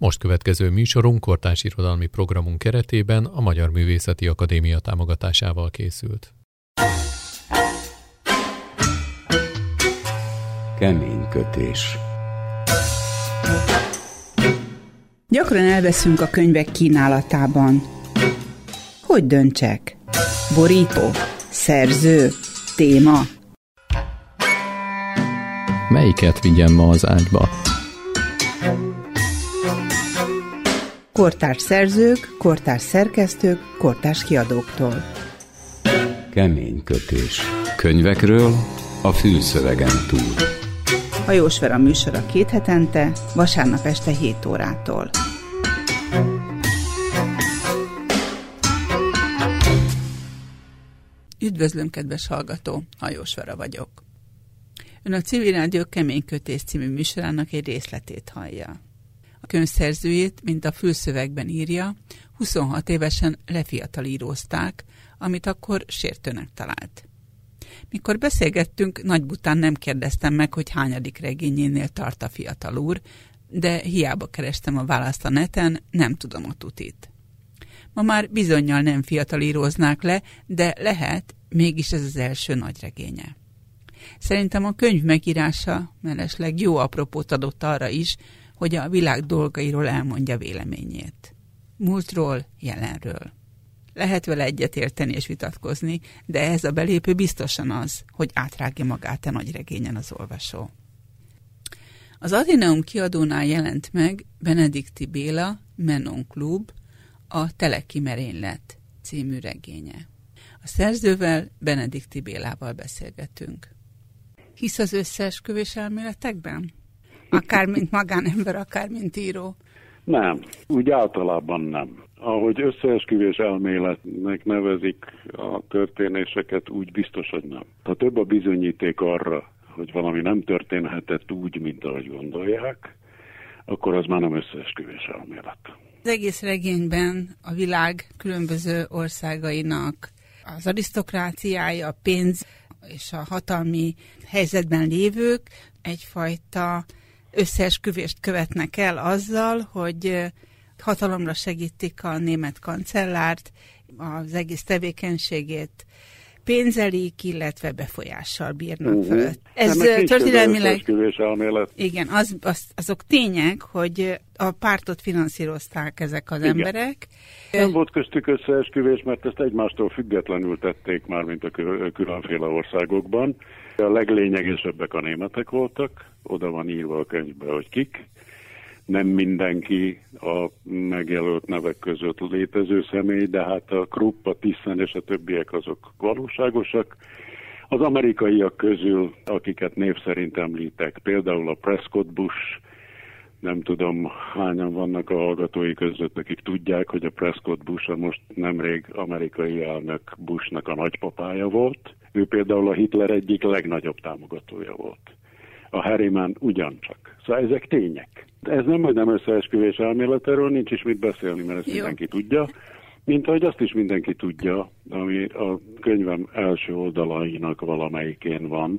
Most következő műsorunk kortárs irodalmi programunk keretében a Magyar Művészeti Akadémia támogatásával készült. Keménykötés. Gyakran elveszünk a könyvek kínálatában. Hogy döntsek? Borító? Szerző? Téma? Melyiket vigyem ma az ágyba? Kortárs szerzők, kortárs szerkesztők, kortárs kiadóktól. Keménykötés. Könyvekről a fülszövegen túl. Hajós Vera műsora 2 hetente, vasárnap este 7 órától. Üdvözlöm, kedves hallgató! Hajós Vera vagyok. Ön a Civil Rádió Keménykötés című műsorának egy részletét hallja. A könyvszerzőjét, mint a fülszövegben írja, 26 évesen lefiatalírozták, amit akkor sértőnek talált. Mikor beszélgettünk, Nagybután nem kérdeztem meg, hogy hányadik regényénél tart a fiatal úr, de hiába kerestem a választ a neten, nem tudom a tutit. Ma már bizonnyal nem fiatalíroznák le, de lehet, mégis ez az első nagy regénye. Szerintem a könyv megírása mellesleg jó apropót adott arra is, hogy a világ dolgairól elmondja véleményét. Múltról, jelenről. Lehet vele egyetérteni és vitatkozni, de ez a belépő biztosan az, hogy átrágja magát a nagy regényen az olvasó. Az Atheneum kiadónál jelent meg Benedikti Béla Menon Klub, a Teleki Merénylet című regénye. A szerzővel, Benedikti Bélával beszélgetünk. Hisz az összeesküvés elméletekben? Akár mint magánember, akár mint író? Nem, úgy általában nem. Ahogy összeesküvés elméletnek nevezik a történéseket, úgy biztos, hogy nem. Ha több a bizonyíték arra, hogy valami nem történhetett úgy, mint ahogy gondolják, akkor az már nem összeesküvés elmélet. Az egész regényben a világ különböző országainak az arisztokráciája, a pénz és a hatalmi helyzetben lévők egyfajta összeesküvést követnek el azzal, hogy hatalomra segítik a német kancellárt, az egész tevékenységét pénzelik, illetve befolyással bírnak fölött. Ez történelmileg... Igen, azok tények, hogy a pártot finanszírozták ezek az emberek. Nem volt köztük összeesküvés, mert ezt egymástól függetlenül tették már, mint a különféle országokban. A leglényegesebbek a németek voltak, oda van írva a könyvbe, hogy kik. Nem mindenki a megjelölt nevek között létező személy, de hát a Krupp, a Thyssen és a többiek azok valóságosak. Az amerikaiak közül, akiket név szerint említek, például a Prescott Bush, nem tudom hányan vannak a hallgatói között, akik tudják, hogy a Prescott Bush a most nemrég amerikai elnök Bushnak a nagypapája volt. Ő például a Hitler egyik legnagyobb támogatója volt. A Harriman ugyancsak. Szóval ezek tények. Ez nem majdnem összeesküvés elmélet, erről nincs is mit beszélni, mert ezt mindenki tudja. Mint ahogy azt is mindenki tudja, ami a könyvem első oldalainak valamelyikén van,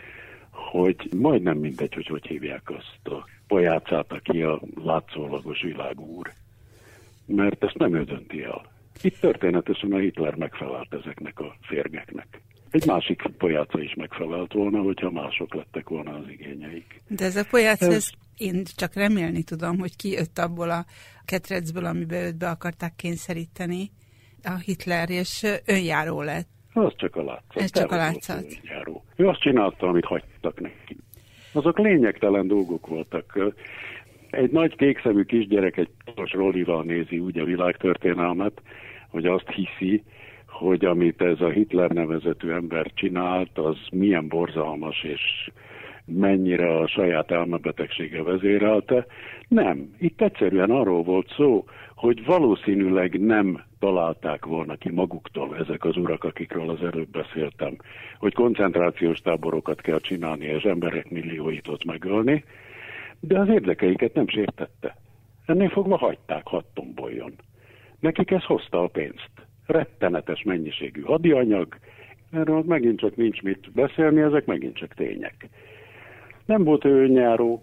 hogy majdnem mindegy, hogy hívják azt a pojácát, aki a látszólagos világúr. Mert ezt nem ő dönti el. Itt történetesen a Hitler megfelelt ezeknek a férgeknek. Egy másik pojáca is megfelelt volna, hogyha mások lettek volna az igényeik. De ez a pojáca, én csak remélni tudom, hogy ki jött abból a ketrecből, amiben őt be akarták kényszeríteni, a Hitler, és önjáró lett. Az csak a látszat. Ez csak a látszat. Ő azt csinálta, amit hagytak neki. Azok lényegtelen dolgok voltak. Egy nagy kékszemű kisgyerek egy piros rollival nézi úgy a világtörténelmet, hogy azt hiszi, hogy amit ez a Hitler nevezetű ember csinált, az milyen borzalmas, és mennyire a saját elmebetegsége vezérelte. Nem. Itt egyszerűen arról volt szó, hogy valószínűleg nem találták volna ki maguktól ezek az urak, akikről az előbb beszéltem, hogy koncentrációs táborokat kell csinálni, és emberek millióit ott megölni, de az érdekeiket nem sértette. Ennél fogva hagyták, hadd tomboljon. Nekik ez hozta a pénzt. Rettenetes mennyiségű hadianyag, erről megint csak nincs mit beszélni, ezek megint csak tények. Nem volt ő önjáró,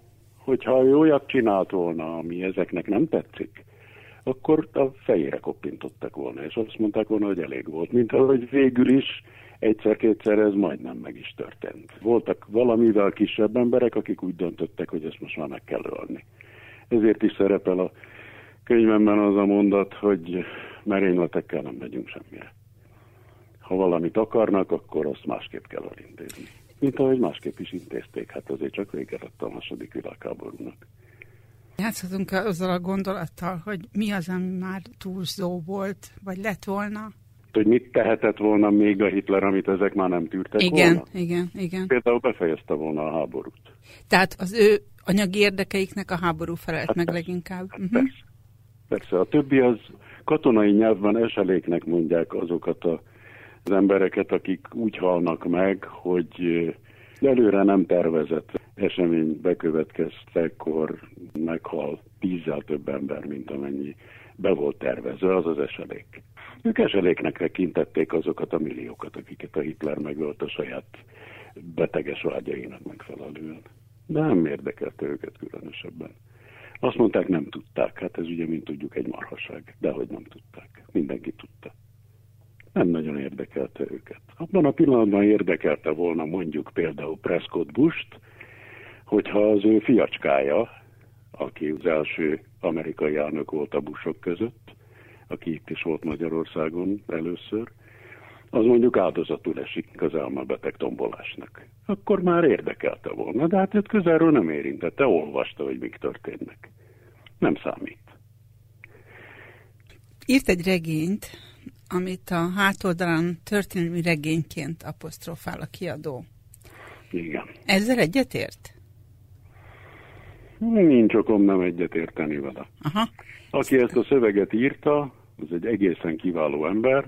Hogyha ő olyat csinált volna, ami ezeknek nem tetszik, akkor a fejére koppintottak volna, és azt mondták volna, hogy elég volt. Mint ahogy végül is egyszer-kétszer ez majdnem meg is történt. Voltak valamivel kisebb emberek, akik úgy döntöttek, hogy ezt most már meg kell ölni. Ezért is szerepel a könyvemben az a mondat, hogy merényletekkel nem megyünk semmire. Ha valamit akarnak, akkor azt másképp kell elintézni. Mint ahogy másképp is intézték, hát azért csak vége lett a második világháborúnak. Játszhatunk azzal a gondolattal, hogy mi az, ami már túlzó volt, vagy lett volna? Hogy mit tehetett volna még a Hitler, amit ezek már nem tűrtek volna? Igen. Például befejezte volna a háborút. Tehát az ő anyagi érdekeiknek a háború felelt meg leginkább. Persze, a többi az katonai nyelvben eseléknek mondják azokat az embereket, akik úgy halnak meg, hogy előre nem tervezett esemény bekövetkeztekor meghal 10-zel több ember, mint amennyi be volt tervezve, az az eselék. Ők eseléknek tekintették azokat a milliókat, akiket a Hitler megölt a saját beteges vágyainak megfelelően. De nem érdekelte őket különösebben. Azt mondták, nem tudták. Hát ez ugye, mint tudjuk, egy marhaság. Dehogy nem tudták. Mindenki tudta. Nem nagyon érdekelte őket. Abban a pillanatban érdekelte volna mondjuk például Prescott Busht, hogyha az ő fiacskája, aki az első amerikai elnök volt a Bushok között, aki itt is volt Magyarországon először, az mondjuk áldozatul esik az elmebeteg tombolásnak. Akkor már érdekelte volna, de hát őt közelről nem érintette, olvasta, hogy mik történnek. Nem számít. Írt egy regényt, amit a hátoldalán történelmi regényként apostrofál a kiadó. Igen. Ezzel egyetért? Nincs okom nem egyetérteni vele. Aha. Aki ezt a szöveget írta, az egy egészen kiváló ember,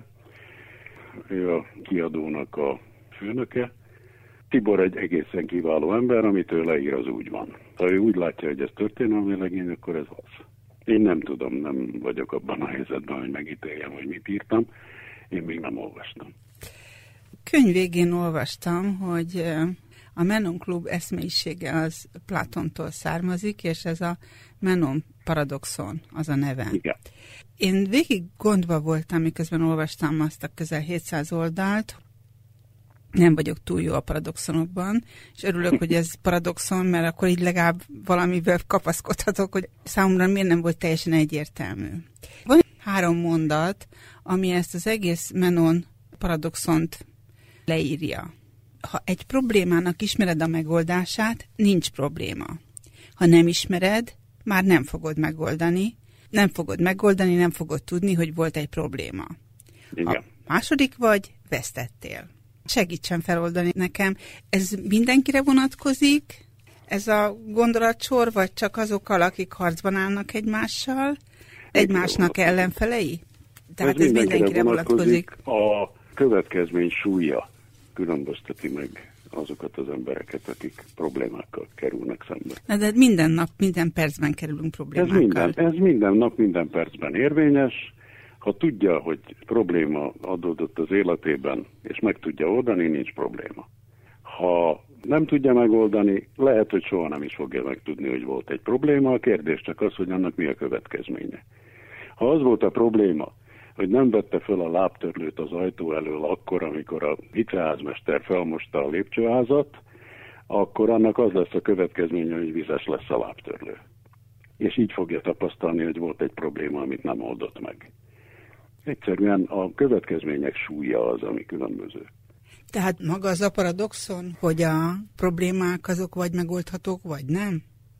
ő a kiadónak a főnöke. Tibor egy egészen kiváló ember, amit ő leír, az úgy van. Ha ő úgy látja, hogy ez történelmi regény, akkor ez az. Én nem tudom, nem vagyok abban a helyzetben, hogy megítéljem, hogy mit írtam. Én még nem olvastam. Könyv végén olvastam, hogy a Menon Klub eszmélyisége az Platontól származik, és ez a Menon paradoxon az a neve. Igen. Én végig gondba voltam, miközben olvastam azt a közel 700 oldalt. Nem vagyok túl jó a paradoxonokban, és örülök, hogy ez paradoxon, mert akkor így legalább valamivel kapaszkodhatok, hogy számomra miért nem volt teljesen egyértelmű. Van 3 mondat, ami ezt az egész Menon paradoxont leírja. Ha egy problémának ismered a megoldását, nincs probléma. Ha nem ismered, már nem fogod megoldani. Nem fogod megoldani, nem fogod tudni, hogy volt egy probléma. Igen. Ha második vagy, vesztettél. Segítsen feloldani nekem. Ez mindenkire vonatkozik? Ez a gondolatsor, vagy csak azokkal, akik harcban állnak egymással? Egymásnak ellenfelei? Tehát ez mindenkire vonatkozik. A következmény súlya különbözteti meg azokat az embereket, akik problémákkal kerülnek szembe. Na, de minden nap, minden percben kerülünk problémákkal. Ez minden nap, minden percben érvényes. Ha tudja, hogy probléma adódott az életében, és meg tudja oldani, nincs probléma. Ha nem tudja megoldani, lehet, hogy soha nem is fogja megtudni, hogy volt egy probléma. A kérdés csak az, hogy annak mi a következménye. Ha az volt a probléma, hogy nem vette föl a lábtörlőt az ajtó elől akkor, amikor a viceházmester felmosta a lépcsőházat, akkor annak az lesz a következménye, hogy vizes lesz a lábtörlő. És így fogja tapasztalni, hogy volt egy probléma, amit nem oldott meg. Egyszerűen a következmények súlya az, ami különböző. Tehát maga az a paradoxon, hogy a problémák azok vagy megoldhatók, vagy nem?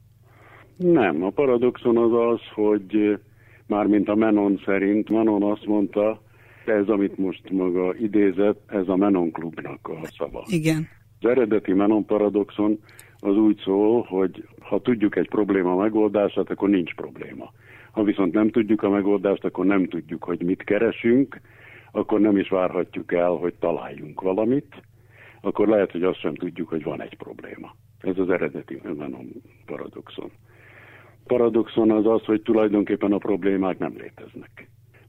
Nem, a paradoxon az az, hogy mármint a Menon szerint, Menon azt mondta, ez, amit most maga idézett, ez a Menon Klubnak a szava. Igen. Az eredeti Menon paradoxon az úgy szól, hogy ha tudjuk egy probléma megoldását, akkor nincs probléma. Ha viszont nem tudjuk a megoldást, akkor nem tudjuk, hogy mit keresünk, akkor nem is várhatjuk el, hogy találjunk valamit, akkor lehet, hogy azt sem tudjuk, hogy van egy probléma. Ez az eredeti Menon paradoxon. Paradoxon az az, hogy tulajdonképpen a problémák nem léteznek.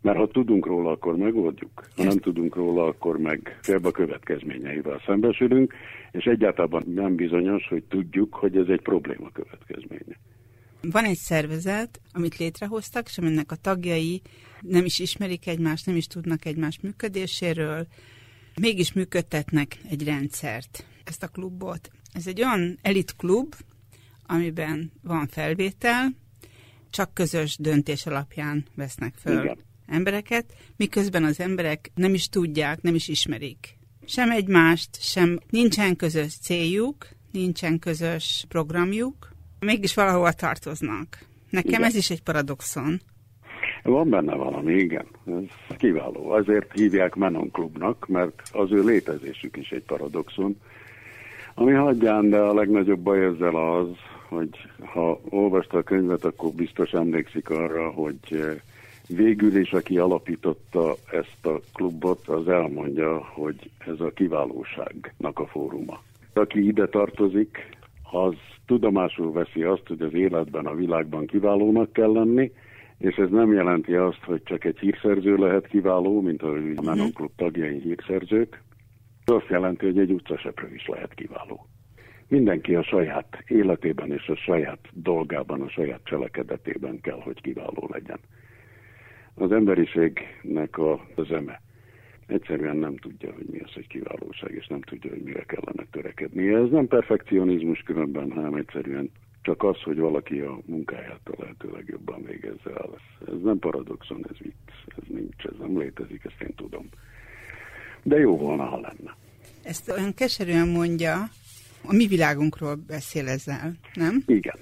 Mert ha tudunk róla, akkor megoldjuk. Ha nem tudunk róla, akkor meg félbe a következményeivel szembesülünk, és egyáltalán nem bizonyos, hogy tudjuk, hogy ez egy probléma következménye. Van egy szervezet, amit létrehoztak, és aminek a tagjai nem is ismerik egymást, nem is tudnak egymás működéséről, mégis működtetnek egy rendszert, ezt a klubot. Ez egy olyan elitklub, amiben van felvétel, csak közös döntés alapján vesznek föl Igen. embereket, miközben az emberek nem is tudják, nem is ismerik. Sem egymást, sem nincsen közös céljuk, nincsen közös programjuk, mégis valahova tartoznak. Nekem Igen. ez is egy paradoxon. Van benne valami, igen. Ez kiváló. Azért hívják Menon Klubnak, mert az ő létezésük is egy paradoxon. Ami hagyján, de a legnagyobb baj ezzel az, hogy ha olvasta a könyvet, akkor biztos emlékszik arra, hogy végül is, aki alapította ezt a klubot, az elmondja, hogy ez a kiválóságnak a fóruma. Aki ide tartozik, az tudomásul veszi azt, hogy az életben, a világban kiválónak kell lenni, és ez nem jelenti azt, hogy csak egy hírszerző lehet kiváló, mint a Menon Klub tagjai hírszerzők. Ez azt jelenti, hogy egy utcaseprő is lehet kiváló. Mindenki a saját életében és a saját dolgában, a saját cselekedetében kell, hogy kiváló legyen. Az emberiségnek a zöme egyszerűen nem tudja, hogy mi az, hogy kiválóság, és nem tudja, hogy mire kellene törekedni. Ez nem perfekcionizmus különben, hanem egyszerűen csak az, hogy valaki a munkáját a lehető legjobban végezze el. Ez nem paradoxon, ez vicc, ez nincs, ez nem létezik, ezt én tudom. De jó volna, ha lenne. Ezt olyan keserűen mondja, a mi világunkról beszél ezzel, nem? Igen.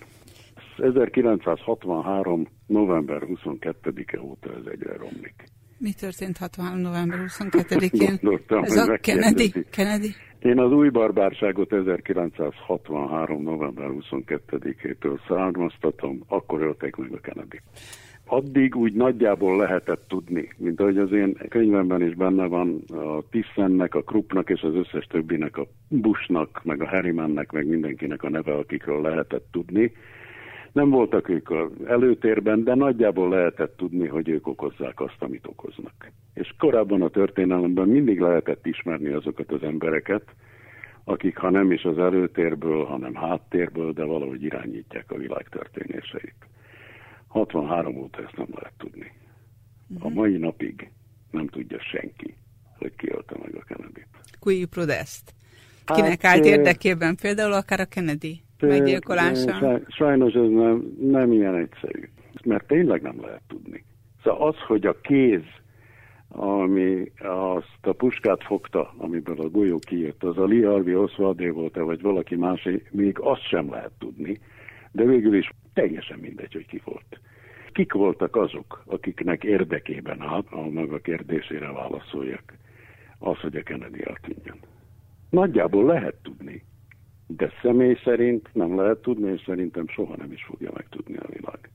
1963. november 22-e óta ez egyre romlik. Mi történt 63. november 22-én? Gondoltam, ez a Kennedy? Én az új barbárságot 1963. november 22-től származtatom, akkor ölték meg a Kennedy. Addig úgy nagyjából lehetett tudni, mint ahogy az én könyvemben is benne van, a Tissennek, a Kruppnak és az összes többinek, a Bushnak, meg a Harrimannek, meg mindenkinek a neve, akikről lehetett tudni. Nem voltak ők az előtérben, de nagyjából lehetett tudni, hogy ők okozzák azt, amit okoznak. És korábban a történelemben mindig lehetett ismerni azokat az embereket, akik ha nem is az előtérből, hanem háttérből, de valahogy irányítják a világ történéseit. 63 óta ezt nem lehet tudni. A mai napig nem tudja senki, hogy ki ölte meg a Kennedy-t. Qui prodest. Kinek állt érdekében, például akár a Kennedy meggyilkolása? Sajnos ez nem ilyen egyszerű, mert tényleg nem lehet tudni. Szóval az, hogy a kéz, ami azt a puskát fogta, amiből a golyó kijött, az a Lee Harvey Oswaldé volt-e, vagy valaki más, még azt sem lehet tudni, de végül is teljesen mindegy, hogy ki volt. Kik voltak azok, akiknek érdekében állt, a maga kérdésére válaszoljak, az, hogy a Kennedy eltűnjön. Nagyjából lehet tudni, de személy szerint nem lehet tudni, és szerintem soha nem is fogja megtudni a világ.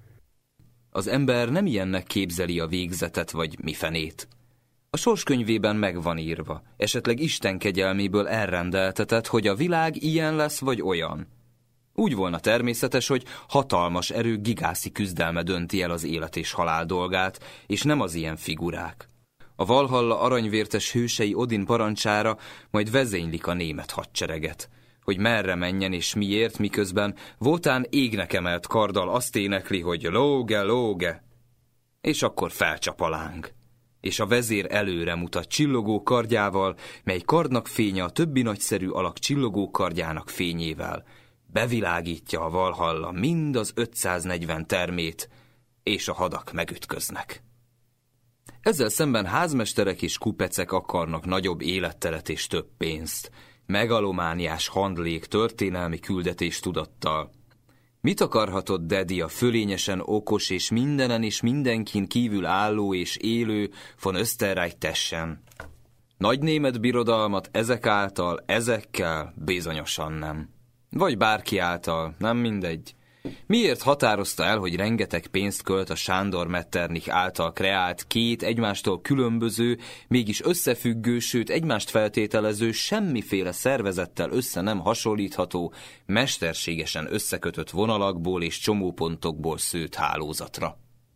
Az ember nem ilyennek képzeli a végzetet vagy mifenét. A sorskönyvében meg van írva, esetleg Isten kegyelméből elrendeltetett, hogy a világ ilyen lesz vagy olyan. Úgy volna természetes, hogy hatalmas erő gigászi küzdelme dönti el az élet és halál dolgát, és nem az ilyen figurák. A Valhalla aranyvértes hősei Odin parancsára majd vezénylik a német hadsereget, hogy merre menjen és miért, miközben Vótán égnek emelt karddal azt énekli, hogy lóge, lóge, és akkor felcsap a láng. És a vezér előre mutat csillogó kardjával, mely kardnak fénye a többi nagyszerű alak csillogó kardjának fényével. Bevilágítja a Valhalla mind az 540 termét, és a hadak megütköznek. Ezzel szemben házmesterek és kupecek akarnak nagyobb életteret és több pénzt, megalomániás handlék történelmi küldetés tudattal. Mit akarhatott Dedi a fölényesen okos és mindenen és mindenkin kívül álló és élő von Österreich tessen? Nagy német birodalmat ezek által, ezekkel bizonyosan nem. Vagy bárki által, nem mindegy. Miért határozta el, hogy rengeteg pénzt költ a Sándor Metternich által kreált két egymástól különböző, mégis összefüggő, sőt egymást feltételező, semmiféle szervezettel össze nem hasonlítható, mesterségesen összekötött vonalakból és csomópontokból szőtt hálózatra?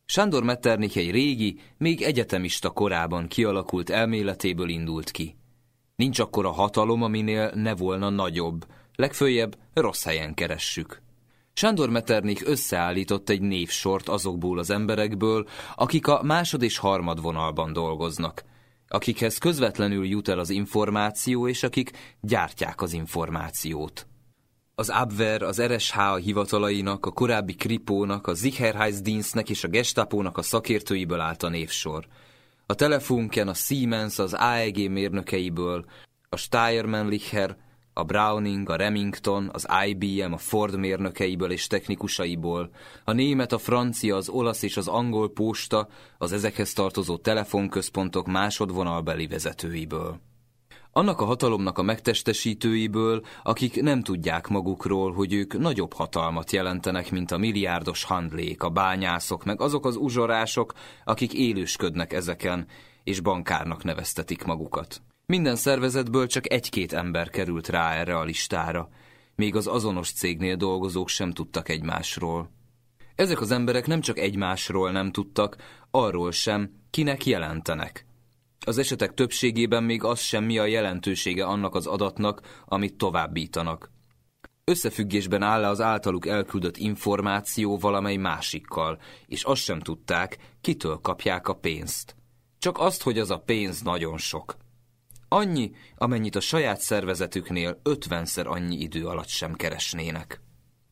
Sándor Metternich egy régi, még egyetemista korában kialakult elméletéből indult ki. Nincs akkora hatalom, aminél ne volna nagyobb, legföljebb rossz helyen keressük. Sándor Metternich összeállított egy névsort azokból az emberekből, akik a másod- és harmadvonalban dolgoznak, akikhez közvetlenül jut el az információ, és akik gyártják az információt. Az Abwehr, az RSH hivatalainak, a korábbi Kripónak, a Sicherheitsdienstnek és a Gestapónak a szakértőiből állt a névsor. A Telefunken, a Siemens, az AEG mérnökeiből, a Steyr-Mannlicher, a Browning, a Remington, az IBM, a Ford mérnökeiből és technikusaiból, a német, a francia, az olasz és az angol posta, az ezekhez tartozó telefonközpontok másodvonalbeli vezetőiből. Annak a hatalomnak a megtestesítőiből, akik nem tudják magukról, hogy ők nagyobb hatalmat jelentenek, mint a milliárdos handlék, a bányászok, meg azok az uzsorások, akik élősködnek ezeken, és bankárnak neveztetik magukat. Minden szervezetből csak egy-két ember került rá erre a listára, még az azonos cégnél dolgozók sem tudtak egymásról. Ezek az emberek nem csak egymásról nem tudtak, arról sem, kinek jelentenek. Az esetek többségében még az sem, mi a jelentősége annak az adatnak, amit továbbítanak. Összefüggésben áll az általuk elküldött információ valamely másikkal, és azt sem tudták, kitől kapják a pénzt. Csak azt, hogy az a pénz nagyon sok. Annyi, amennyit a saját szervezetüknél 50-szer annyi idő alatt sem keresnének.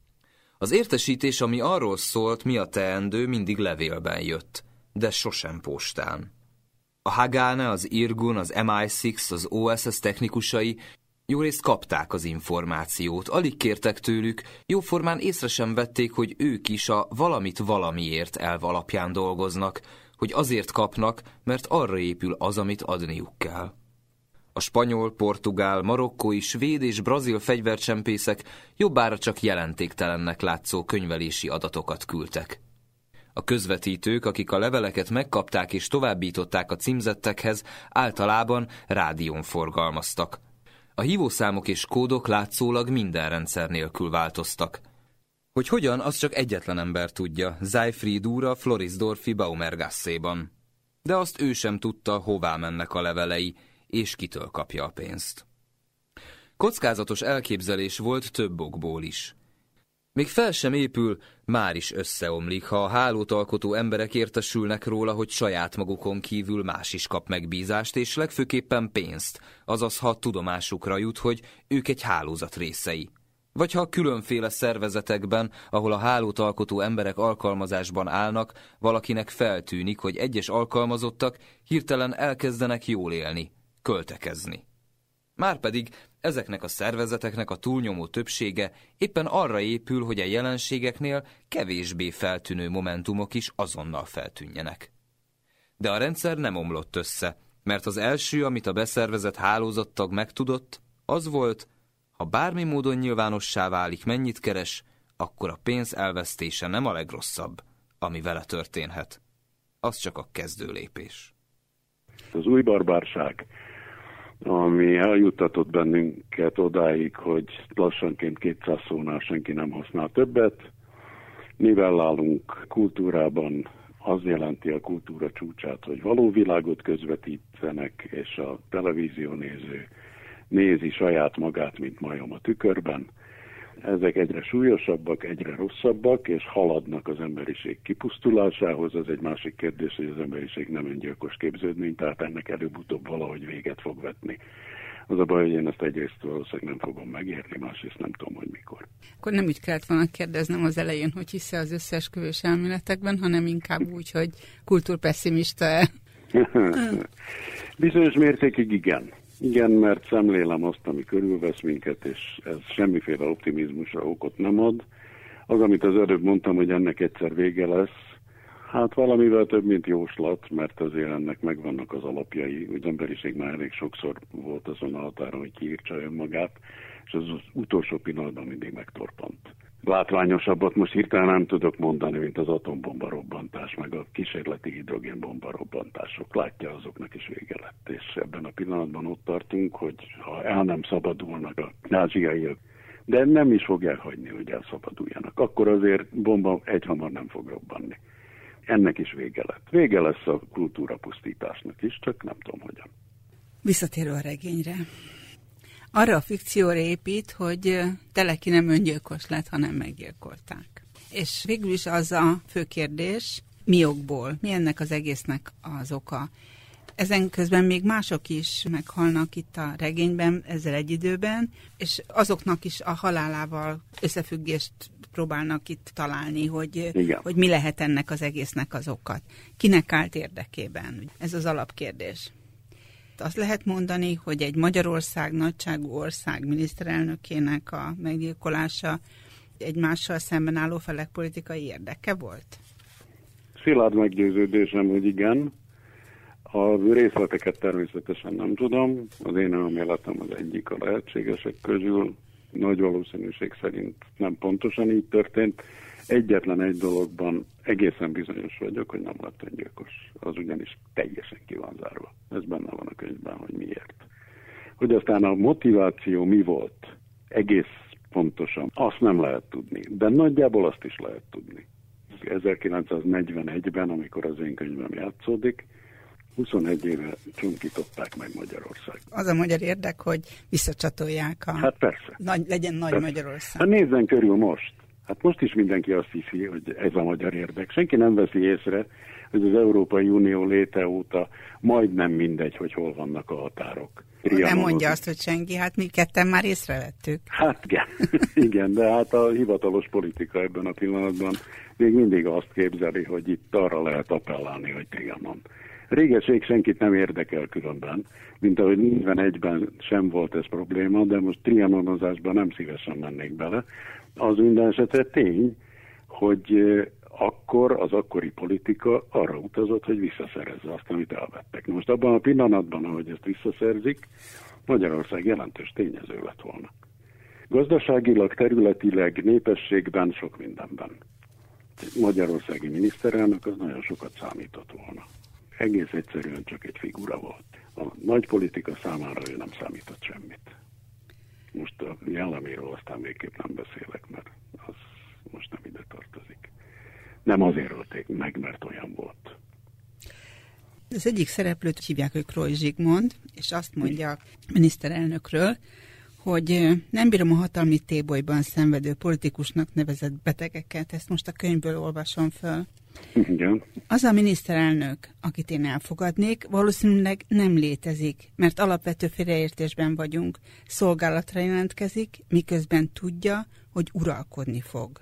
Az értesítés, ami arról szólt, mi a teendő, mindig levélben jött, de sosem postán. A Hagane, az Irgun, az MI6, az OSS technikusai jórészt kapták az információt, alig kértek tőlük, jóformán észre sem vették, hogy ők is a valamit valamiért elv alapján dolgoznak, hogy azért kapnak, mert arra épül az, amit adniuk kell. A spanyol, portugál, marokkói, svéd és brazil fegyvercsempészek jobbára csak jelentéktelennek látszó könyvelési adatokat küldtek. A közvetítők, akik a leveleket megkapták és továbbították a címzettekhez, általában rádión forgalmaztak. A hívószámok és kódok látszólag minden rendszer nélkül változtak. Hogy hogyan, az csak egyetlen ember tudja, Seifried úr a Florisdorfi Baumergasszéban. De azt ő sem tudta, hová mennek a levelei, és kitől kapja a pénzt. Kockázatos elképzelés volt több okból is. Még fel sem épül, már is összeomlik, ha a hálót alkotó emberek értesülnek róla, hogy saját magukon kívül más is kap megbízást, és legfőképpen pénzt, azaz ha tudomásukra jut, hogy ők egy hálózat részei. Vagy ha különféle szervezetekben, ahol a hálót alkotó emberek alkalmazásban állnak, valakinek feltűnik, hogy egyes alkalmazottak hirtelen elkezdenek jól élni, költekezni. Márpedig ezeknek a szervezeteknek a túlnyomó többsége éppen arra épül, hogy a jelenségeknél kevésbé feltűnő momentumok is azonnal feltűnjenek. De a rendszer nem omlott össze, mert az első, amit a beszervezett hálózattag megtudott, az volt, ha bármi módon nyilvánossá válik, mennyit keres, akkor a pénz elvesztése nem a legrosszabb, ami vele történhet. Az csak a kezdő lépés. Az új barbárság, ami eljuttatott bennünket odáig, hogy lassanként 200 szónál senki nem használ többet. Nivellálunk kultúrában, az jelenti a kultúra csúcsát, hogy való világot közvetítenek, és a televízió néző nézi saját magát, mint majom a tükörben. Ezek egyre súlyosabbak, egyre rosszabbak, és haladnak az emberiség kipusztulásához. Ez egy másik kérdés, hogy az emberiség nem öngyilkos képződmény, tehát ennek előbb-utóbb valahogy véget fog vetni. Az a baj, hogy én ezt egyrészt valószínűleg nem fogom megérni, másrészt nem tudom, hogy mikor. Akkor nem úgy kellett volna kérdeznem az elején, hogy hisz-e az összeesküvés elméletekben, hanem inkább úgy, hogy kultúrpesszimista-e? Bizonyos mértékig igen. Igen, mert szemlélem azt, ami körülvesz minket, és ez semmiféle optimizmusra okot nem ad. Az, amit az előbb mondtam, hogy ennek egyszer vége lesz, hát valamivel több, mint jóslat, mert azért ennek megvannak az alapjai. Az emberiség már elég sokszor volt azon a határon, hogy kiírtsa önmagát, és az utolsó pillanatban mindig megtorpant. Látványosabbat most hirtelen nem tudok mondani, mint az atombomba robbantás, meg a kísérleti hidrogénbomba robbantások. Látja, azoknak is vége lett. És ebben a pillanatban ott tartunk, hogy ha el nem szabadulnak a náziaiak, de nem is fogják hagyni, hogy elszabaduljanak, akkor azért bomba egyhamar nem fog robbanni. ennek is vége lett. Vége lesz a kultúrapusztításnak is, csak nem tudom hogyan. Visszatérő a regényre. Arra a fikcióra épít, hogy Teleki nem öngyilkos lett, hanem meggyilkolták. És végül is az a fő kérdés, mi okból, mi ennek az egésznek az oka. Ezen közben még mások is meghalnak itt a regényben, ezzel egy időben, és azoknak is a halálával összefüggést próbálnak itt találni, hogy mi lehet ennek az egésznek az okat. Kinek állt érdekében? Ez az alapkérdés. Azt lehet mondani, hogy egy Magyarország nagyságú ország miniszterelnökének a meggyilkolása egymással szemben álló felek politikai érdeke volt? Szilárd meggyőződésem, hogy igen. A részleteket természetesen nem tudom. Az én elméletem az egyik a lehetségesek közül. Nagy valószínűség szerint nem pontosan így történt. Egyetlen egy dologban egészen bizonyos vagyok, hogy nem lett öngyilkos. Az ugyanis teljesen ki van zárva. Ez benne van a könyvben, hogy miért. Hogy aztán a motiváció mi volt egész pontosan, azt nem lehet tudni. De nagyjából azt is lehet tudni. 1941-ben, amikor az én könyvem játszódik, 21 éve csunkították meg Magyarország. Az a magyar érdek, hogy visszacsatolják Hát persze. Legyen nagy persze. Magyarország. Hát nézzen körül most. Hát most is mindenki azt hiszi, hogy ez a magyar érdek. Senki nem veszi észre, hogy az Európai Unió léte óta majdnem mindegy, hogy hol vannak a határok. Nem mondja azt, hogy senki, hát mi ketten már észrevettük. Hát igen, de hát a hivatalos politika ebben a pillanatban még mindig azt képzeli, hogy itt arra lehet appellálni, hogy Trianon. Régeség senkit nem érdekel különben, mint ahogy 41-ben sem volt ez probléma, de most trianonozásban nem szívesen mennék bele. Az minden esetre tény, hogy akkor az akkori politika arra utazott, hogy visszaszerezze azt, amit elvettek. Most abban a pillanatban, ahogy ezt visszaszerzik, Magyarország jelentős tényező lett volna. Gazdaságilag, területileg, népességben, sok mindenben. Magyarországi miniszterelnök az nagyon sokat számított volna. Egész egyszerűen csak egy figura volt. A nagy politika számára ő nem számított semmit. Most a jelleméről aztán végképp nem beszélek, mert az most nem ide tartozik. Nem azért ölték meg, mert olyan volt. Az egyik szereplőt hívják, hogy Kroy Zsigmond, és azt mondja a miniszterelnökről, hogy nem bírom a hatalmi tébolyban szenvedő politikusnak nevezett betegeket, ezt most a könyvből olvasom föl. Igen. Az a miniszterelnök, akit én elfogadnék, valószínűleg nem létezik, mert alapvető félreértésben vagyunk. Szolgálatra jelentkezik, miközben tudja, hogy uralkodni fog.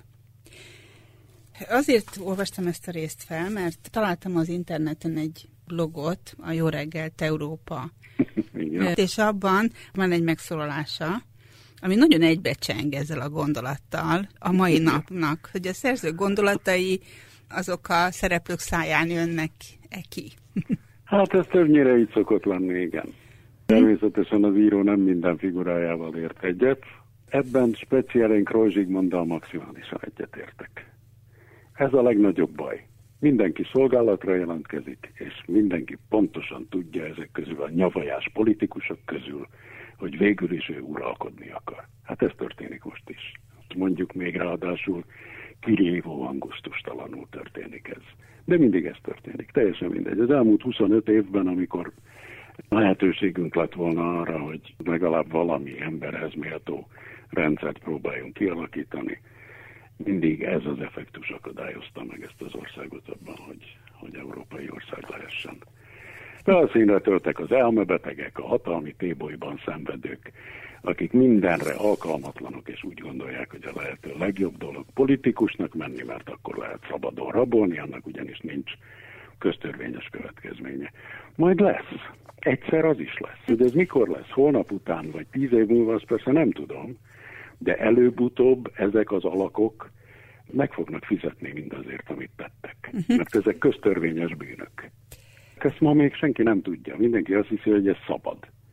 Azért olvastam ezt a részt fel, mert találtam az interneten egy blogot, a Jó reggelt Európa. Igen. És abban van egy megszólalása, ami nagyon egybecseng ezzel a gondolattal a mai napnak, hogy a szerző gondolatai azok a szereplők száján jönnek ki. Hát ez többnyire így szokott lenni, igen. Természetesen az író nem minden figurájával ért egyet. Ebben speciálisan Kroy Zsigmonddal maximálisan egyetértek. Ez a legnagyobb baj. Mindenki szolgálatra jelentkezik, és mindenki pontosan tudja ezek közül a nyavajás politikusok közül, hogy végül is ő uralkodni akar. Hát ez történik most is. Mondjuk még ráadásul kirívóan gusztustalanul történik ez. De mindig ez történik, teljesen mindegy. Az elmúlt 25 évben, amikor lehetőségünk lett volna arra, hogy legalább valami emberhez méltó rendszert próbáljunk kialakítani, mindig ez az effektus akadályozta meg ezt az országot abban, hogy európai ország lehessen. Felszínre töltek az elmebetegek, a hatalmi tébolyban szenvedők, akik mindenre alkalmatlanok, és úgy gondolják, hogy a lehető legjobb dolog politikusnak menni, mert akkor lehet szabadon rabolni, annak ugyanis nincs köztörvényes következménye. Majd lesz. Egyszer az is lesz. Hogy ez mikor lesz? Holnap után, vagy 10 év múlva, azt persze nem tudom, de előbb-utóbb ezek az alakok meg fognak fizetni mindazért, amit tettek. Mert ezek köztörvényes bűnök. Ezt ma még senki nem tudja. Mindenki azt hiszi, hogy ez szabad.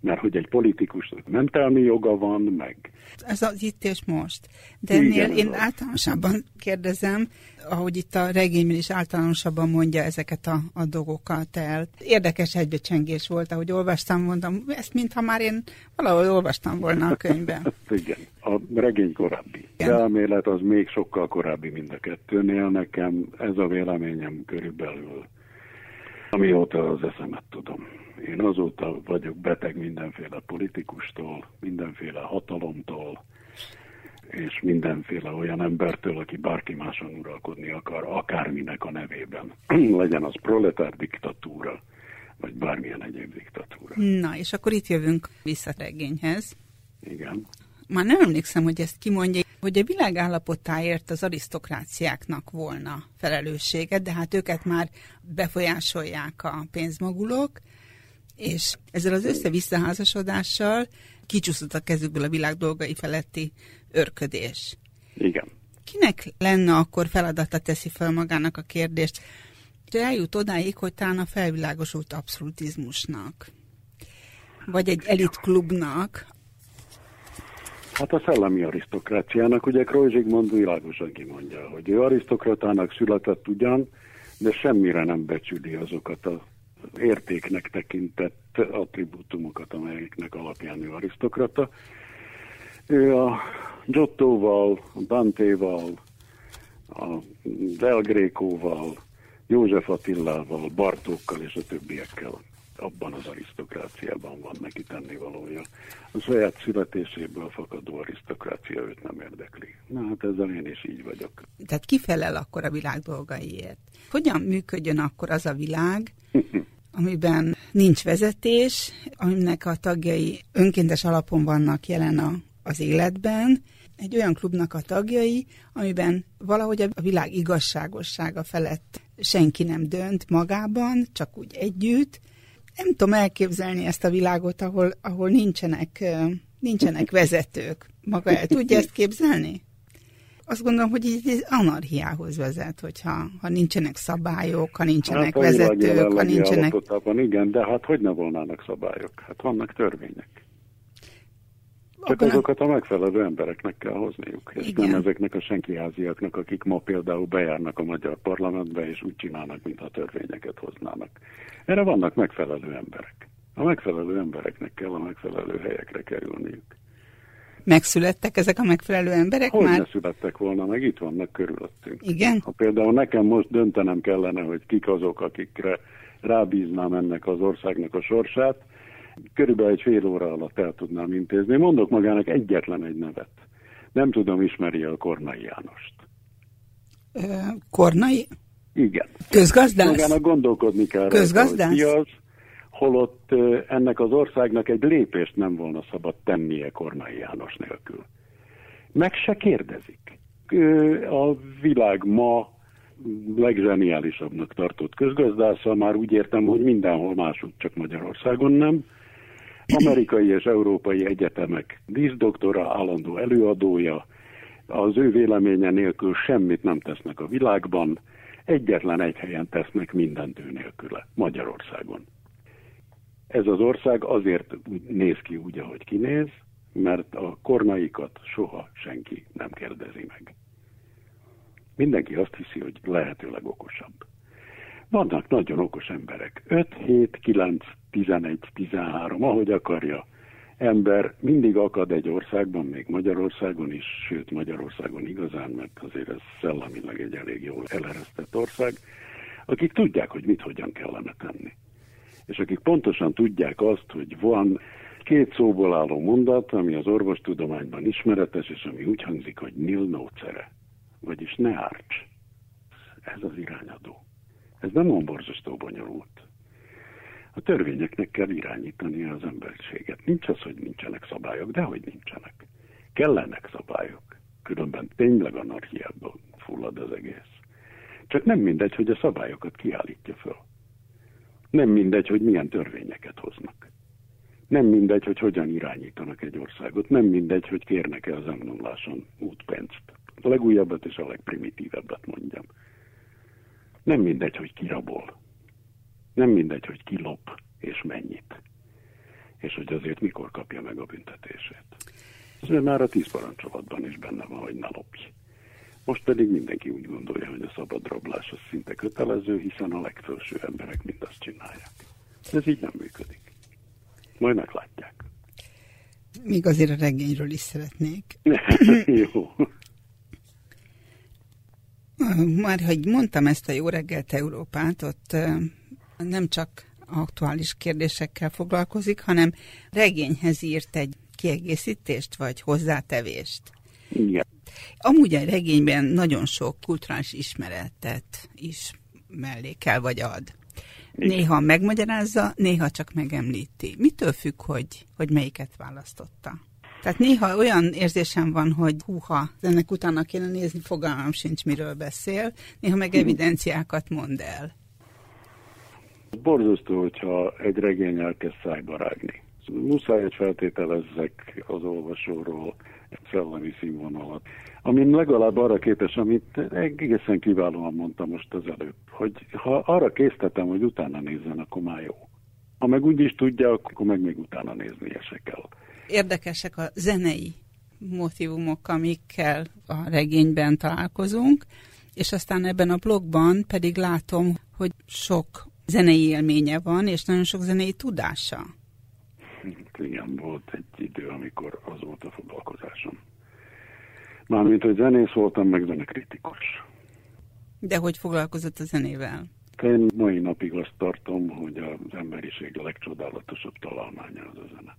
Mert hogy egy politikusnak mentelmi joga van, meg... Ez az itt és most. De ennél én általánosabban kérdezem, ahogy itt a regényben is általánosabban mondja ezeket a dolgokat el. Érdekes egybecsengés volt, ahogy olvastam, mondtam, ezt mintha már én valahol olvastam volna a könyvben. Igen, a regény korábbi. De elmélet az még sokkal korábbi mind a kettőnél. Nekem ez a véleményem körülbelül, amióta az eszemet tudom. Én azóta vagyok beteg mindenféle politikustól, mindenféle hatalomtól, és mindenféle olyan embertől, aki bárki máson uralkodni akar, akárminek a nevében. Legyen az proletár diktatúra, vagy bármilyen egyéb diktatúra. Na, és akkor itt jövünk vissza a regényhez. Igen. Már nem emlékszem, hogy ezt kimondja, hogy a világ állapotáért az arisztokráciáknak volna felelőssége, de hát őket már befolyásolják a pénzmagulok, és ezzel az össze-visszaházasodással kicsúszott a kezükből a világ dolgai feletti örködés. Igen. Kinek lenne akkor feladata, teszi fel magának a kérdést, és eljut odáig, hogy talán a felvilágosult abszolutizmusnak, vagy egy elitklubnak. Hát a szellemi arisztokráciának, ugye Kroy Zsigmond világosan kimondja, hogy ő arisztokratának született ugyan, de semmire nem becsüli azokat az értéknek tekintett attribútumokat, amelyeknek alapján ő arisztokrata. Ő a Giottóval, a Dantéval, a Del Grécoval, József Attilával, Bartókkal és a többiekkel abban az arisztokráciában van neki tennivalója. A saját születéséből fakadó arisztokrácia őt nem érdekli. Na hát ezzel én is így vagyok. Tehát ki felel akkor a világ dolgaiért? Hogyan működjön akkor az a világ, amiben nincs vezetés, aminek a tagjai önkéntes alapon vannak jelen az életben, egy olyan klubnak a tagjai, amiben valahogy a világ igazságossága felett senki nem dönt magában, csak úgy együtt. Nem tudom elképzelni ezt a világot, ahol nincsenek vezetők. Maga el tudja ezt képzelni? Azt gondolom, hogy ez anarchiához vezet, hogyha nincsenek szabályok, ha nincsenek vezetők, ha nincsenek... Igen, de hát hogy ne volnának szabályok? Hát vannak törvények. Csak azokat a megfelelő embereknek kell hozniuk, és igen. Nem ezeknek a senkiháziaknak, akik ma például bejárnak a magyar parlamentbe, és úgy csinálnak, mintha törvényeket hoznának. Erre vannak megfelelő emberek. A megfelelő embereknek kell a megfelelő helyekre kerülniük. Megszülettek ezek a megfelelő emberek hogy már? Ne születtek volna, meg itt vannak körülöttünk. Igen? Ha például nekem most döntenem kellene, hogy kik azok, akikre rábíznám ennek az országnak a sorsát, körülbelül egy fél óra alatt el tudnám intézni. Mondok magának egyetlen egy nevet. Nem tudom, ismeri a Kornai Jánost. Kornai? Igen. Közgazdász? Magának gondolkodni kell. Közgazdász? Ki az, holott ennek az országnak egy lépést nem volna szabad tennie Kornai János nélkül. Meg se kérdezik. A világ ma legzseniálisabbnak tartott közgazdásza, már úgy értem, hogy mindenhol máshogy, csak Magyarországon nem. Amerikai és európai egyetemek díszdoktora, állandó előadója, az ő véleménye nélkül semmit nem tesznek a világban, egyetlen egy helyen tesznek mindent ő nélküle, Magyarországon. Ez az ország azért néz ki úgy, ahogy kinéz, mert a Kornaikat soha senki nem kérdezi meg. Mindenki azt hiszi, hogy lehetőleg okosabb. Vannak nagyon okos emberek. 5, 7, 9, 11, 13, ahogy akarja. Ember mindig akad egy országban, még Magyarországon is, sőt Magyarországon igazán, mert azért ez szellemileg egy elég jól eleresztett ország, akik tudják, hogy mit hogyan kellene tenni. És akik pontosan tudják azt, hogy van 2 szóból álló mondat, ami az orvostudományban ismeretes, és ami úgy hangzik, hogy nil nocere, vagyis ne árts. Ez az irányadó. Ez nem olyan borzasztó bonyolult. A törvényeknek kell irányítani az emberiséget. Nincs az, hogy nincsenek szabályok, de hogy nincsenek. Kellenek szabályok. Különben tényleg anarchiába fullad az egész. Csak nem mindegy, hogy a szabályokat kiállítja föl. Nem mindegy, hogy milyen törvényeket hoznak. Nem mindegy, hogy hogyan irányítanak egy országot. Nem mindegy, hogy kérnek-e az emlomláson útpénzt. A legújabbat és a legprimitívebbet mondjam. Nem mindegy, hogy ki rabol. Nem mindegy, hogy ki lop és mennyit. és hogy azért mikor kapja meg a büntetését. Ez már a 10 parancsolatban is benne van, hogy ne lopj. Most pedig mindenki úgy gondolja, hogy a szabadrablás az szinte kötelező, hiszen a legfelső emberek mindazt csinálják. Ez így nem működik. Majd meglátják. Még azért a regényről is szeretnék. Jó. Már, hogy mondtam ezt a Jó reggelt Európát, ott nem csak aktuális kérdésekkel foglalkozik, hanem regényhez írt egy kiegészítést, vagy hozzátevést. Igen. Amúgy a regényben nagyon sok kulturális ismeretet is mellékel vagy ad. Igen. Néha megmagyarázza, néha csak megemlíti. Mitől függ, hogy melyiket választotta? Tehát néha olyan érzésem van, hogy húha, ennek utána kéne nézni, fogalmam sincs, miről beszél, néha meg evidenciákat mond el. Borzasztó, hogyha egy regény elkezd szájba rágni. Muszáj, hogy feltételezzek az olvasóról egy szellemi színvonalat, amin legalább arra képes, amit egészen kiválóan mondtam most az előbb, hogy ha arra késztetem, hogy utána nézzen, akkor már jó. Ha meg úgy is tudja, akkor meg még utána néznie se kell. Érdekesek a zenei motívumok, amikkel a regényben találkozunk, és aztán ebben a blogban pedig látom, hogy sok zenei élménye van, és nagyon sok zenei tudása. Igen, volt egy idő, amikor az volt a foglalkozásom. Mármint, hogy zenész voltam, meg zenekritikus. De hogy foglalkozott a zenével? Én mai napig azt tartom, hogy az emberiség legcsodálatosabb találmánya az a zene.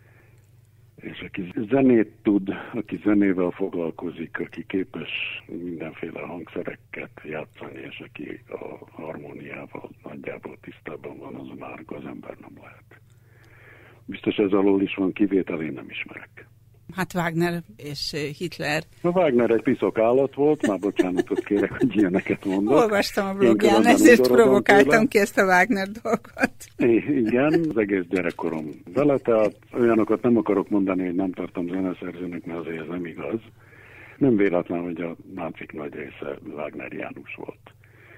És aki zenét tud, aki zenével foglalkozik, aki képes mindenféle hangszereket játszani, és aki a harmóniával nagyjából tisztában van, az már az ember nem lehet. Biztos ez alól is van kivétel, én nem ismerek. Hát Wagner és Hitler. A Wagner egy piszok állat volt, már bocsánatot kérek, hogy ilyeneket mondok. Olvastam a blogján, ezért provokáltam ki ezt a Wagner dolgot. Igen, az egész gyerekkorom vele, tehát olyanokat nem akarok mondani, hogy nem tartom zeneszerzőnek, mert azért ez nem igaz. Nem véletlen, hogy a nácik nagy része Wagneriánus volt.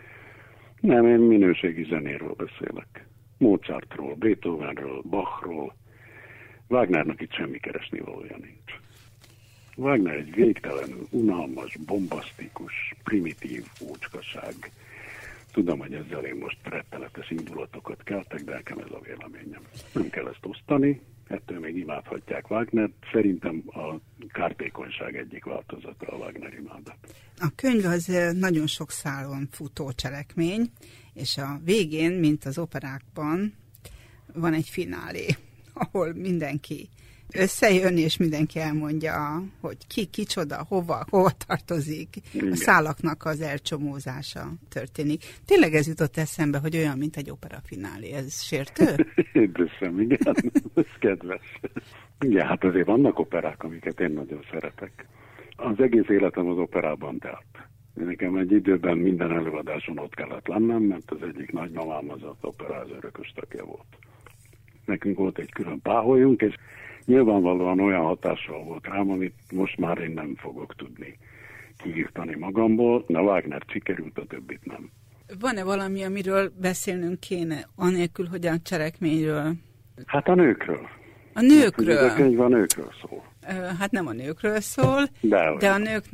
Nem, én minőségi zenéről beszélek. Mozartról, Beethovenről, Bachról. Wagnernak itt semmi keresnivalója nincs. Wagner egy végtelenül unalmas, bombasztikus, primitív ócskaság. Tudom, hogy ezzel én most rettenetes indulatokat keltek, de nekem ez a véleményem. Nem kell ezt osztani, ettől még imádhatják Wagnert. Szerintem a kártékonyság egyik változata a Wagner imádat. A könyv az nagyon sok szálon futó cselekmény, és a végén, mint az operákban, van egy finálé, ahol mindenki összejön, és mindenki elmondja, hogy ki, kicsoda, hova tartozik. Igen. A szálaknak az elcsomózása történik. Tényleg ez jutott eszembe, hogy olyan, mint egy opera finálé. Ez sértő? Édesem, igen. Ez kedves. Igen, hát azért vannak operák, amiket én nagyon szeretek. Az egész életem az operában telt. Nekem egy időben minden előadáson ott kellett lennem, mert az egyik nagymamám az operáz örökös tagja volt. Nekünk volt egy külön páholyunk, és nyilvánvalóan olyan hatással volt rám, amit most már én nem fogok tudni kiírtani magamból. A Wagner sikerült, a többit nem. Van-e valami, amiről beszélnünk kéne, anélkül, hogy a cselekményről? Hát a nőkről. A nőkről? A könyv a nőkről szól. Hát nem a nőkről szól, de a nők...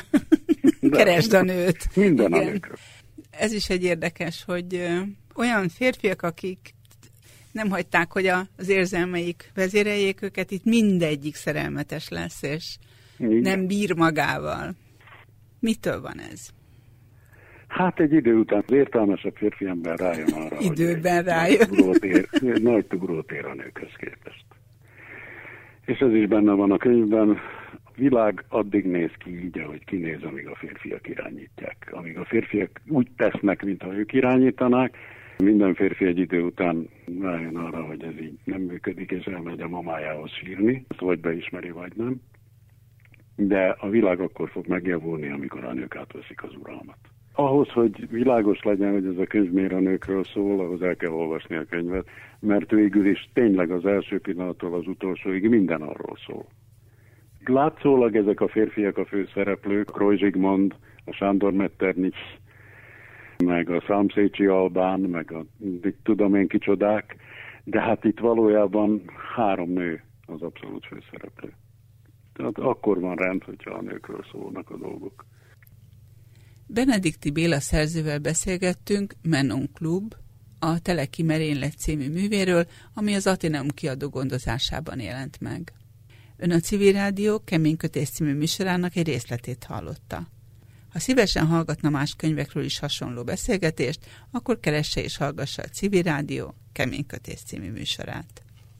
Keresd a nőt. Minden igen. A nőkről. Ez is egy érdekes, hogy olyan férfiak, akik nem hagyták, hogy az érzelmeik vezéreljék őket, itt mindegyik szerelmetes lesz, és igen. Nem bír magával. Mitől van ez? Hát egy idő után az értelmesebb férfi ember rájön arra, időben rájön. Nagy tugrótér a nőkhöz képest. És ez is benne van a könyvben. A világ addig néz ki így, ahogy kinéz, amíg a férfiak irányítják. Amíg a férfiak úgy tesznek, mintha ők irányítanák, minden férfi egy idő után rájön arra, hogy ez így nem működik, és elmegy a mamájához sírni, ezt vagy beismeri, vagy nem. De a világ akkor fog megjavulni, amikor a nők átveszik az uralmat. Ahhoz, hogy világos legyen, hogy ez a könyv miért a nőkről szól, ahhoz el kell olvasni a könyvet, mert végül is tényleg az első pillanattól az utolsóig minden arról szól. Látszólag ezek a férfiak a főszereplők, Roy Zsigmond, a Sándor Metternich, meg a Számszécsi Albán, meg a tudom én kicsodák, De hát itt valójában 3 nő az abszolút főszereplő. Tehát akkor van rend, hogyha a nőkről szólnak a dolgok. Benedikti Béla szerzővel beszélgettünk Menon Klub, a Teleki Merénylet című művéről, ami az Atheneum kiadó gondozásában jelent meg. Ön a Civil Rádió Keménykötés című műsorának egy részletét hallotta. Ha szívesen hallgatna más könyvekről is hasonló beszélgetést, akkor keresse és hallgassa a Civil Rádió Keménykötés című műsorát.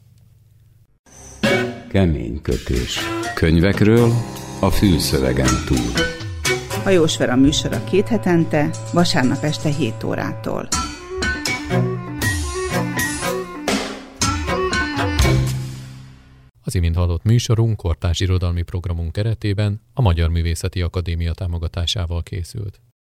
Keménykötés. Könyvekről a fülszövegen túl. Hajós Vera műsora 2 hetente, vasárnap este 7 órától. Az imént hallott műsorunk kortárs irodalmi programunk keretében a Magyar Művészeti Akadémia támogatásával készült.